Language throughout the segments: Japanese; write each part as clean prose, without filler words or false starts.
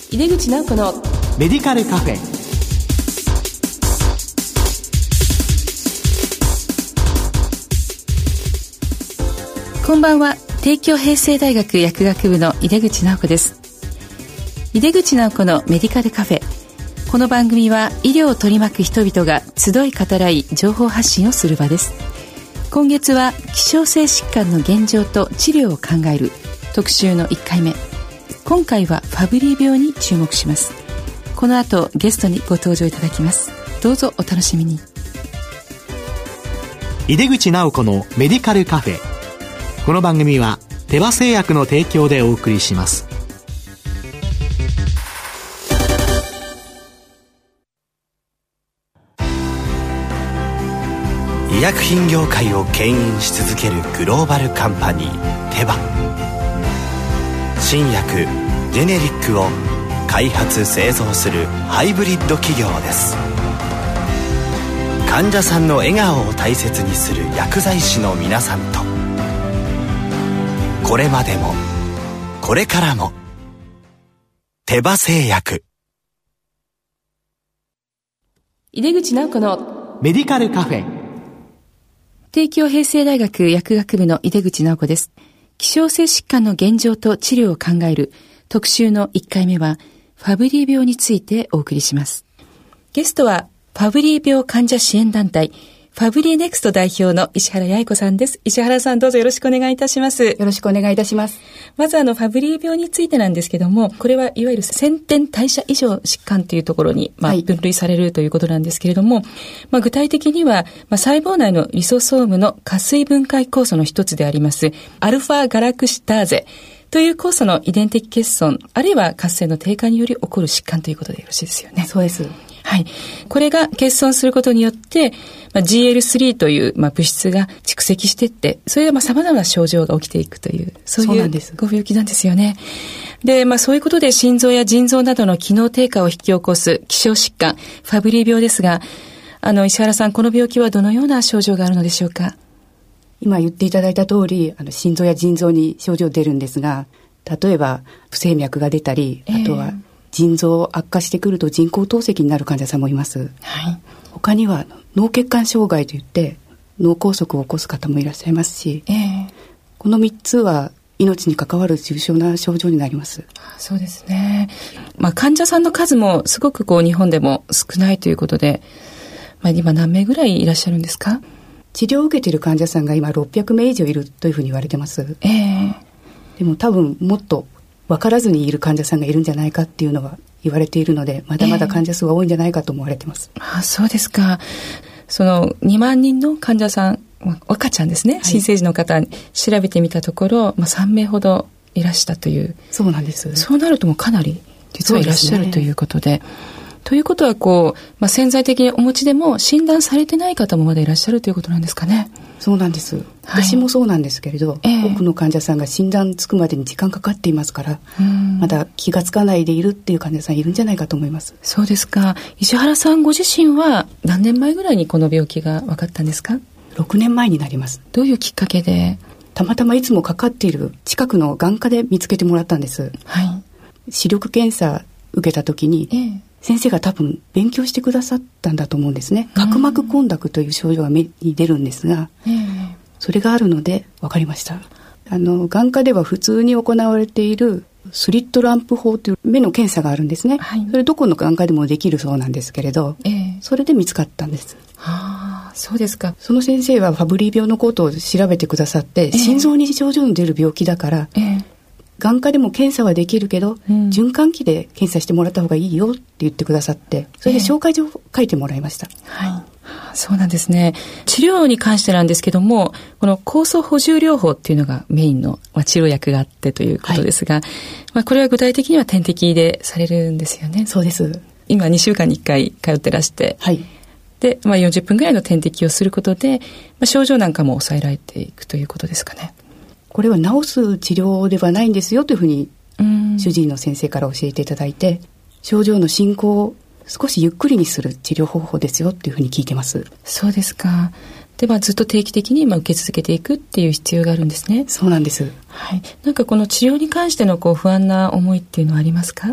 井出口直子のメディカルカフェ。 こんばんは。帝京平成大学薬学部の井出口直子です。井出口直子のメディカルカフェ。この番組は医療を取り巻く人々が集い語らい情報発信をする場です。今月は希少性疾患の現状と治療を考える特集の1回目。今回はファブリー病に注目します。この後ゲストにご登場いただきます。どうぞお楽しみに。 井出口直子のメディカルカフェ。この番組は手羽製薬の提供でお送りします。 医薬品業界を牽引し続けるグローバルカンパニーテバ。新薬ジェネリックを開発製造するハイブリッド企業です。患者さんの笑顔を大切にする薬剤師の皆さんと、これまでもこれからも手羽製薬。 井出口直子のメディカルカフェ。 帝京平成大学薬学部の井出口直子です。希少性疾患の現状と治療を考える特集の1回目はファブリー病についてお送りします。ゲストはファブリー病患者支援団体ファブリーネクスト代表の石原八重子さんです。石原さん、どうぞよろしくお願いいたします。 よろしくお願いいたします。 まずファブリー病についてなんですけども、これはいわゆる先天代謝異常疾患というところに、分類されるということなんですけれども、具体的には、細胞内のリソソームの下水分解酵素の一つでありますアルファガラクシターゼという酵素の遺伝的欠損あるいは活性の低下により起こる疾患ということでよろしいですよね。 そうです。 はい。これが欠損することによって、GL3 という、物質が蓄積していって、それで様々な症状が起きていくという、そういうご病気なんですよね。で、そういうことで心臓や腎臓などの機能低下を引き起こす希少疾患、ファブリー病ですが、石原さん、この病気はどのような症状があるのでしょうか？ 今言っていただいた通り、心臓や腎臓に症状出るんですが、例えば不整脈が出たり、あとは腎臓悪化してくると人工透析になる患者さんもいます。 はい。 他には脳血管障害といって脳梗塞を起こす方もいらっしゃいますし、この3つは命に関わる重症な症状になります。 そうですね。患者さんの数もすごく日本でも少ないということで、今何名ぐらいいらっしゃるんですか？ 治療を受けている患者さんが今600名以上いるというふうに言われてます。でも多分もっと分からずにいる患者さんがいるんじゃないかっていうのは言われているので、まだまだ患者数は多いんじゃないかと思われています。 そうですか。その2万人の患者さん、赤ちゃんですね、新生児の方に調べてみたところ、3名ほどいらしたという。 そうなんです。 そうなるともうかなり実はいらっしゃるということで、ということは潜在的にお持ちでも診断されてない方もまだいらっしゃるということなんですかね？ そうなんです。私もそうなんですけれど、多くの患者さんが診断つくまでに時間かかっていますから、まだ気がつかないでいるっていう患者さんいるんじゃないかと思います。 そうですか。石原さんご自身は何年前ぐらいにこの病気が分かったんですか ？6年前になります。 どういうきっかけで？ たまたまいつもかかっている近くの眼科で見つけてもらったんです。視力検査受けた時に、先生が多分勉強してくださったんだと思うんですね。角膜混濁という症状が目に出るんですが、それがあるので分かりました。眼科では普通に行われているスリットランプ法という目の検査があるんですね。それどこの眼科でもできるそうなんですけれど、それで見つかったんです。 そうですか。 その先生はファブリー病のことを調べてくださって、心臓に症状の出る病気だから、眼科でも検査はできるけど、循環器で検査してもらった方がいいよって言ってくださって、それで紹介状を書いてもらいました。 そうなんですね。治療に関してなんですけども、この酵素補充療法っていうのがメインの治療薬があってということですが、これは具体的には点滴でされるんですよね。 そうです。 今2週間に1回通ってらして、で、40分ぐらいの点滴をすることで、症状なんかも抑えられていくということですかね。 これは治す治療ではないんですよというふうに主治医の先生から教えていただいて、症状の進行を少しゆっくりにする治療方法ですよっていうふうに聞いてます。 そうですか。でずっと定期的に受け続けていくっていう必要があるんですね。 そうなんです。 なんかこの治療に関しての不安な思いっていうのはありますか？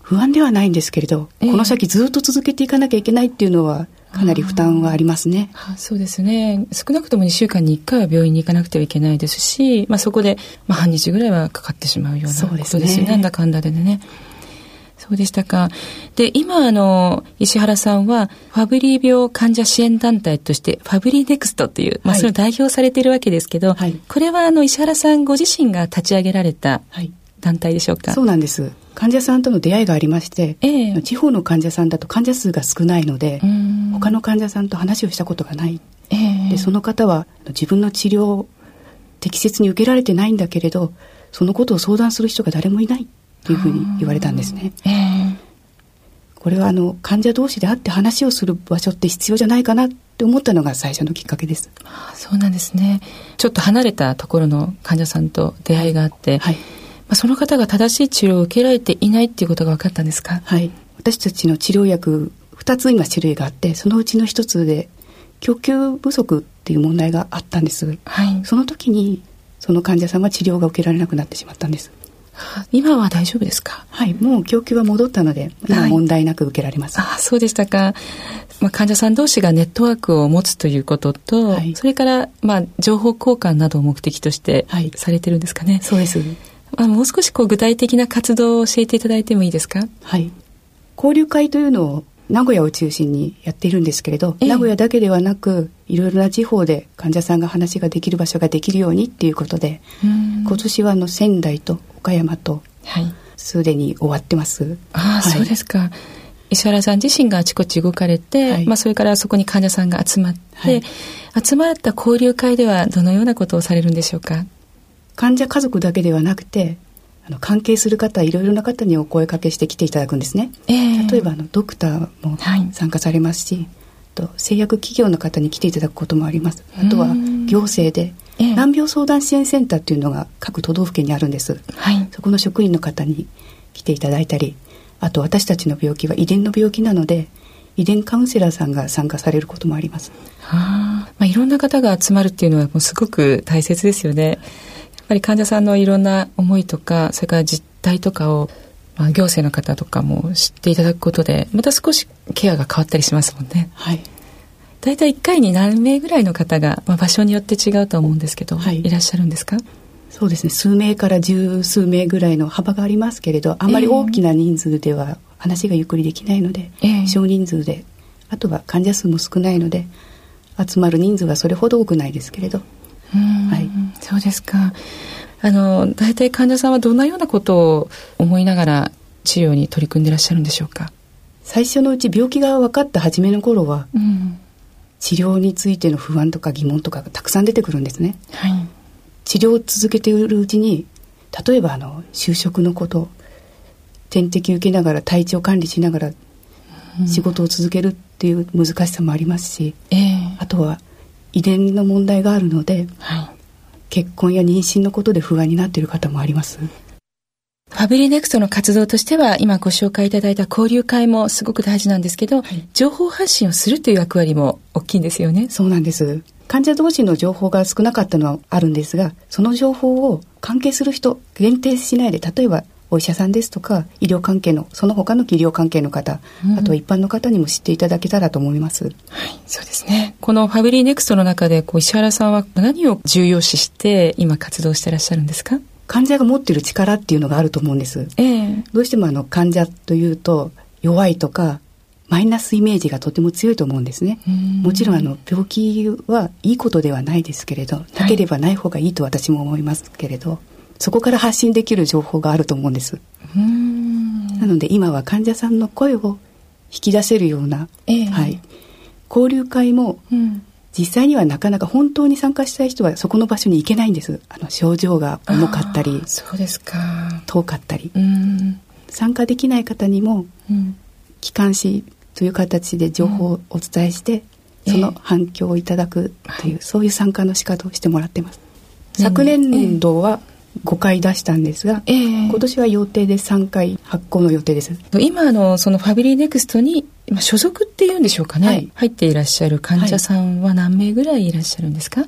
不安ではないんですけれど、この先ずっと続けていかなきゃいけないっていうのはかなり負担はありますね。 そうですね。少なくとも2週間に1回は病院に行かなくてはいけないですし、そこで、半日ぐらいはかかってしまうようなことですよね。なんだかんだでね。そうでしたか。で、今石原さんはファブリー病患者支援団体としてファブリーネクストという、それを代表されているわけですけど、これは石原さんご自身が立ち上げられた団体でしょうか？ そうなんです。患者さんとの出会いがありまして、地方の患者さんだと患者数が少ないので、他の患者さんと話をしたことがない。で、その方は自分の治療を適切に受けられてないんだけれど、そのことを相談する人が誰もいないっていうふうに言われたんですね。これは患者同士で会って話をする場所って必要じゃないかなって思ったのが最初のきっかけです。 そうなんですね。ちょっと離れたところの患者さんと出会いがあって、その方が正しい治療を受けられていないっていうことが分かったんですか？ 私たちの治療薬2つ今種類があって、そのうちの1つで供給不足っていう問題があったんです。その時にその患者さんは治療が受けられなくなってしまったんです。 今は大丈夫ですか？ もう供給は戻ったので今問題なく受けられます。 そうでしたか。患者さん同士がネットワークを持つということと、それから情報交換などを目的としてされてるんですかね？ そうです。 もう少し具体的な活動を教えていただいてもいいですか？ 交流会というのを名古屋を中心にやっているんですけれど、名古屋だけではなくいろいろな地方で患者さんが話ができる場所ができるようにっていうことで、今年は仙台と岡山とすでに終わってます。 そうですか。石原さん自身があちこち動かれて、それからそこに患者さんが集まって、集まった交流会ではどのようなことをされるんでしょうか？ 患者家族だけではなくて関係する方、いろいろな方にお声かけして来ていただくんですね。例えばドクターも参加されますし、製薬企業の方に来ていただくこともあります。あとは行政で難病相談支援センターっていうのが各都道府県にあるんです。そこの職員の方に来ていただいたり、あと私たちの病気は遺伝の病気なので遺伝カウンセラーさんが参加されることもあります。 いろんな方が集まるっていうのはもうすごく大切ですよね。やっぱり患者さんのいろんな思いとか、それから実態とかを、行政の方とかも知っていただくことでまた少しケアが変わったりしますもんね。だいたい1回に何名ぐらいの方が、場所によって違うと思うんですけど、いらっしゃるんですか？ そうですね、数名から十数名ぐらいの幅がありますけれど、あんまり大きな人数では話がゆっくりできないので、少人数で、あとは患者数も少ないので集まる人数はそれほど多くないですけれど。 そうですか。だいたい患者さんはどんなようなことを思いながら治療に取り組んでいらっしゃるんでしょうか？ 最初のうち病気が分かった初めの頃は、治療についての不安とか疑問とかがたくさん出てくるんですね。治療を続けているうちに、例えば就職のこと、点滴受けながら体調管理しながら仕事を続けるっていう難しさもありますし、あとは遺伝の問題があるので、結婚や妊娠のことで不安になっている方もあります。 ファブリーネクストの活動としては今ご紹介いただいた交流会もすごく大事なんですけど、情報発信をするという役割も大きいんですよね。 そうなんです。患者同士の情報が少なかったのはあるんですが、その情報を関係する人限定しないで、例えばお医者さんですとか医療関係のその他の医療関係の方、あとは一般の方にも知っていただけたらと思います。 そうですね。このファブリーネクストの中で石原さんは何を重要視して今活動していらっしゃるんですか？ 患者が持っている力っていうのがあると思うんです。どうしても患者というと弱いとかマイナスイメージがとても強いと思うんですね。もちろん病気はいいことではないですけれど、なければない方がいいと私も思いますけれど、そこから発信できる情報があると思うんです。なので今は患者さんの声を引き出せるような、交流会も、実際にはなかなか本当に参加したい人はそこの場所に行けないんです。症状が重かったり、 そうですか、 遠かったり、参加できない方にも、機関誌という形で情報をお伝えして、その反響をいただくという、そういう参加の仕方をしてもらってます。昨年度は5回出したんですが、今年は予定で3回発行の予定です。 今そのファブリーネクストに所属っていうんでしょうかね、入っていらっしゃる患者さんは何名ぐらいいらっしゃるんですか？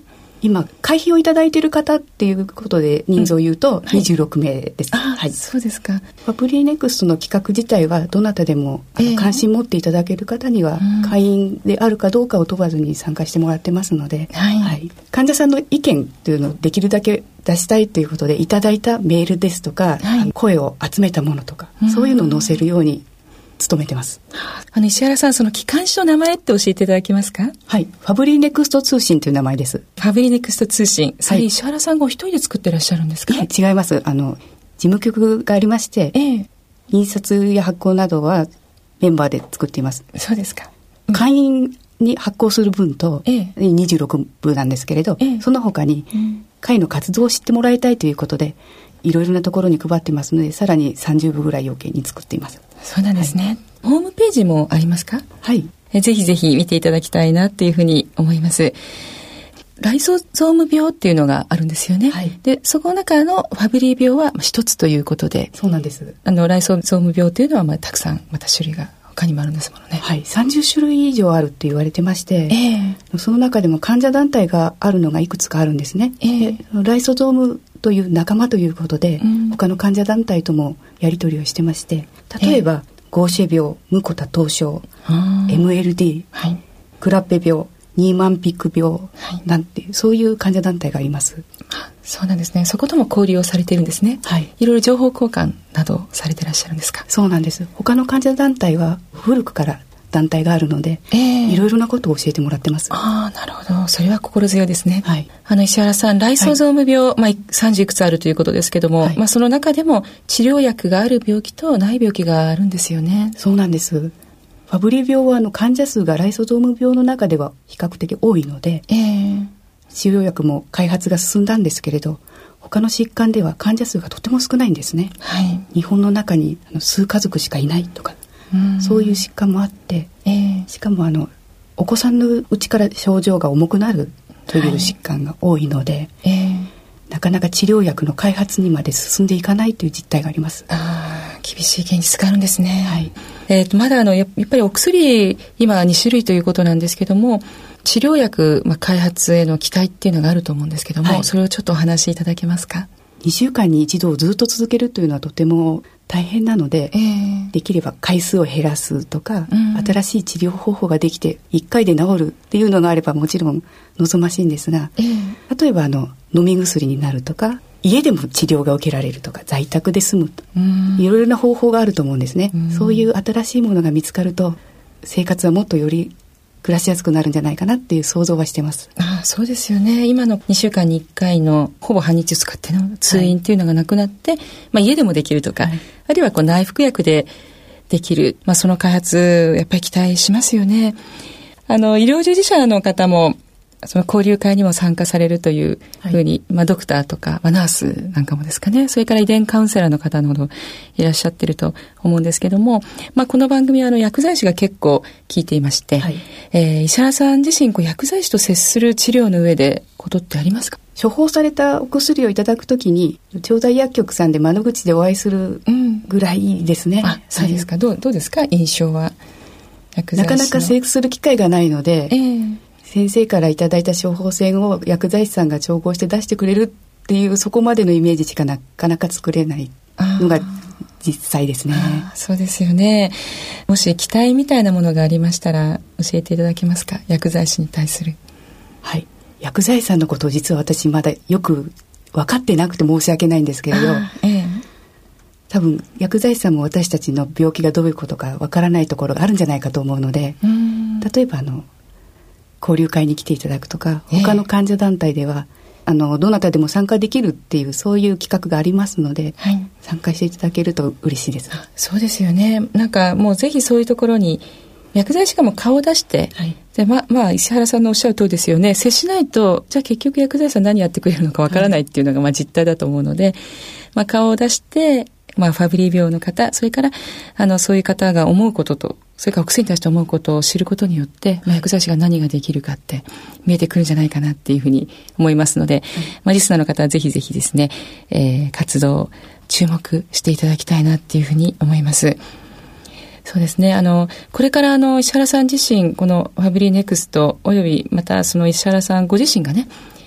今会費をいただいている方っていうことで人数を言うと26名です、 はい、そうですか。 ファブリーネクストの企画自体はどなたでも関心持っていただける方には会員であるかどうかを問わずに参加してもらってますので、はい、患者さんの意見というのをできるだけ出したいということでいただいたメールですとか、声を集めたものとか、そういうのを載せるように努めてます。 石原さん、その機関誌の名前って教えていただけますか？ はい、ファブリーネクスト通信という名前です。 ファブリーネクスト通信、それ石原さんがお一人で作ってらっしゃるんですか？ 違います。事務局がありまして、印刷や発行などはメンバーで作っています。 そうですか。 会員に発行する分と、26部なんですけれど、その他に会の活動を知ってもらいたいということでいろいろなところに配ってますので、さらに30部ぐらい余計に作っています。 そうなんですね、ホームページもありますか？ はい、 ぜひぜひ見ていただきたいなっていうふうに思います。ライソゾーム病っていうのがあるんですよね、でそこの中のファブリー病は一つということで。 そうなんです。 ライソゾーム病というのはたくさんまた種類が他にもあるんですものね。 はい、30種類以上あるって言われてまして、その中でも患者団体があるのがいくつかあるんですね、ライソゾームという仲間ということで、他の患者団体ともやり取りをしてまして、例えば、ゴーシェ病、ムコタ凍傷、MLD、クラッペ病、ニーマンピック病なんて、そういう患者団体があります。 そうなんですね。そことも交流をされているんですね。いろいろ情報交換などされていらっしゃるんですか？ そうなんです。他の患者団体は古くから団体があるので、いろいろなことを教えてもらってます。 なるほど。それは心強いですね。石原さん、ライソゾーム病、30いくつあるということですけども、その中でも治療薬がある病気とない病気があるんですよね。 そうなんです。ファブリー病は患者数がライソゾーム病の中では比較的多いので、治療薬も開発が進んだんですけれど、他の疾患では患者数がとても少ないんですね、日本の中に数家族しかいないとか、そういう疾患もあって、しかもお子さんのうちから症状が重くなるという疾患が多いので、なかなか治療薬の開発にまで進んでいかないという実態があります。 厳しい現実があるんですね。まだやっぱりお薬今2種類ということなんですけども、治療薬、開発への期待っていうのがあると思うんですけども、それをちょっとお話しいただけますか？ 2週間に一度をずっと続けるというのはとても大変なので、できれば回数を減らすとか、新しい治療方法ができて1回で治るっていうのがあればもちろん望ましいんですが、例えば飲み薬になるとか、家でも治療が受けられるとか、在宅で済むと、いろいろな方法があると思うんですね。そういう新しいものが見つかると、生活はもっとより暮らしやすくなるんじゃないかなっていう想像はしてます。 そうですよね。今の2週間に1回のほぼ半日使っての通院っていうのがなくなって、家でもできるとか、あるいは内服薬でできる、その開発やっぱり期待しますよね。医療従事者の方もその交流会にも参加されるというふうに、ドクターとか、ナースなんかもですかね、それから遺伝カウンセラーの方などいらっしゃってると思うんですけども、この番組は薬剤師が結構聞いていまして、石原さん自身薬剤師と接する治療の上でことってありますか？ 処方されたお薬をいただくときに調剤薬局さんで窓口でお会いするぐらいですね。 そうですか。どうですか、印象は？薬剤師のなかなか接する機会がないので、先生からいただいた処方箋を薬剤師さんが調合して出してくれるっていう、そこまでのイメージしかなかなか作れないのが実際ですね。 そうですよね。もし期待みたいなものがありましたら教えていただけますか？薬剤師に対する。 薬剤師さんのことを実は私まだよく分かってなくて申し訳ないんですけれど、多分薬剤師さんも私たちの病気がどういうことか分からないところがあるんじゃないかと思うので、例えば交流会に来ていただくとか、他の患者団体ではどなたでも参加できるっていう、そういう企画がありますので、参加していただけると嬉しいです。 そうですよね。もうぜひそういうところに薬剤師がも顔を出して、で石原さんのおっしゃる通りですよね。接しないと、じゃあ結局薬剤師さん何やってくれるのかわからないっていうのが実態だと思うので、顔を出してファブリー病の方、それからそういう方が思うことと、それからお薬に対して思うことを知ることによって、薬剤師が何ができるかって見えてくるんじゃないかなっていうふうに思いますので、リスナーの方はぜひぜひですね、活動注目していただきたいなっていうふうに思います。そうですね。これから石原さん自身、このファブリーネクストおよびまたその石原さんご自身がね、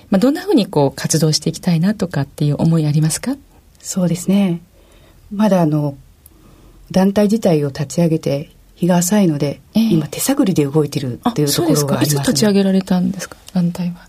どんなふうに活動していきたいなとかっていう思いありますか？ そうですね、まだ団体自体を立ち上げて日が浅いので、今手探りで動いてるっていうところがありますね。 いつ立ち上げられたんですか、団体は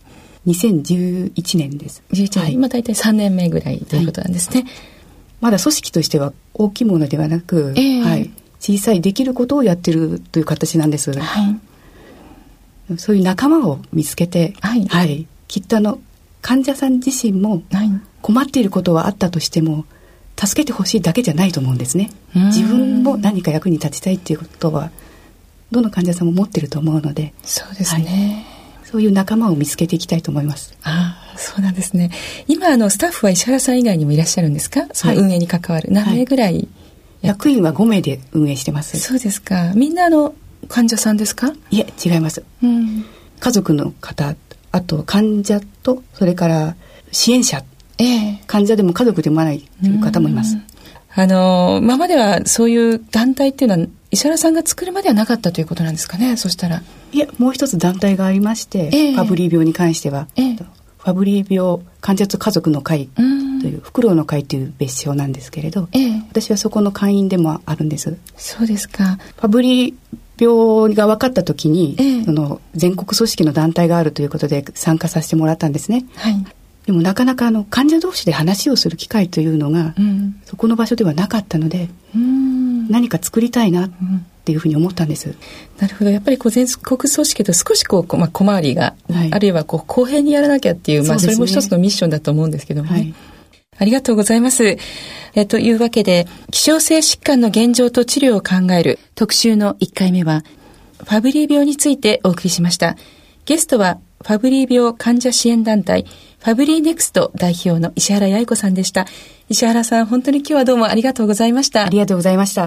？2011年です。 11年、今大体3年目ぐらいということなんですね。 まだ組織としては大きいものではなく、小さいできることをやってるという形なんです、そういう仲間を見つけて、きっと患者さん自身も困っていることはあったとしても助けてほしいだけじゃないと思うんですね。自分も何か役に立ちたいっていうことはどの患者さんも持ってると思うので、 そうですね、 そういう仲間を見つけていきたいと思います。 そうなんですね。今スタッフは石原さん以外にもいらっしゃるんですか？その運営に関わる、何名ぐらい？ 役員は5名で運営してます。 そうですか。みんな患者さんですか？いえ、違います、家族の方、あと患者とそれから支援者、患者でも家族でもないという方もいます。 今まではそういう団体っていうのは石原さんが作るまではなかったということなんですかね？そしたらいや、もう一つ団体がありまして、ファブリー病に関しては、ファブリー病患者と家族の会というフクロウの会という別称なんですけれど、私はそこの会員でもあるんです。 そうですか。 ファブリー病が分かった時に、全国組織の団体があるということで参加させてもらったんですね。でもなかなか患者同士で話をする機会というのが、そこの場所ではなかったので、何か作りたいなっていうふうに思ったんです。 なるほど。やっぱり全国組織と少し小回りが、あるいは公平にやらなきゃっていう、それも一つのミッションだと思うんですけどもね。ありがとうございます。というわけで、希少性疾患の現状と治療を考える特集の1回目は、ファブリー病についてお送りしました。ゲストは、ファブリー病患者支援団体、ファブリーネクスト代表の石原八重子さんでした。石原さん、本当に今日はどうもありがとうございました。 ありがとうございました。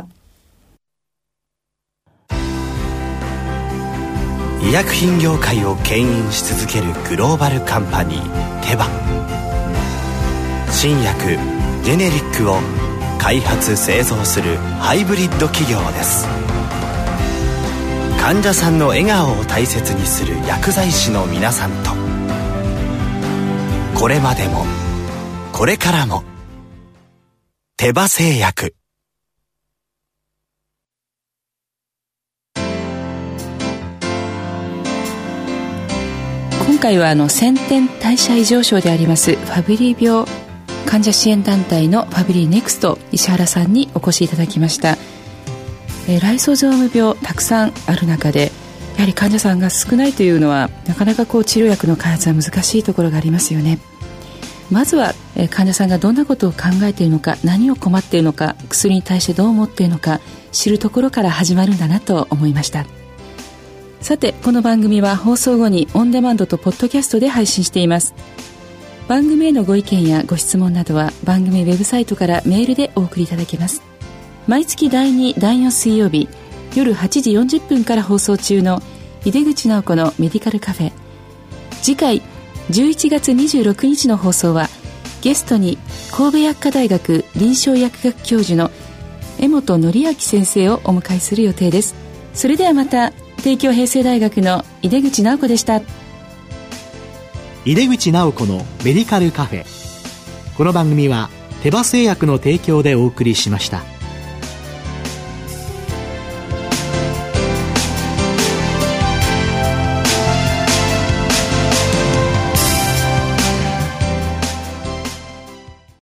医薬品業界を牽引し続けるグローバルカンパニーテバ、新薬ジェネリックを開発製造するハイブリッド企業です。患者さんの笑顔を大切にする薬剤師の皆さんと、これまでもこれからもテバ製薬。 今回は先天代謝異常症でありますファブリー病患者支援団体のファブリーネクスト石原さんにお越しいただきました。ライソゾーム病たくさんある中で、やはり患者さんが少ないというのはなかなか治療薬の開発は難しいところがありますよね。まずは患者さんがどんなことを考えているのか、何を困っているのか、薬に対してどう思っているのか知るところから始まるんだなと思いました。さて、この番組は放送後にオンデマンドとポッドキャストで配信しています。番組へのご意見やご質問などは番組ウェブサイトからメールでお送りいただけます。毎月第2、第4水曜日夜8時40分から放送中の井出口直子のメディカルカフェ。次回11月26日の放送はゲストに神戸薬科大学臨床薬学教授の江本則明先生をお迎えする予定です。それではまた。帝京平成大学の井出口直子でした。 井出口直子のメディカルカフェ。この番組は手羽製薬の提供でお送りしました。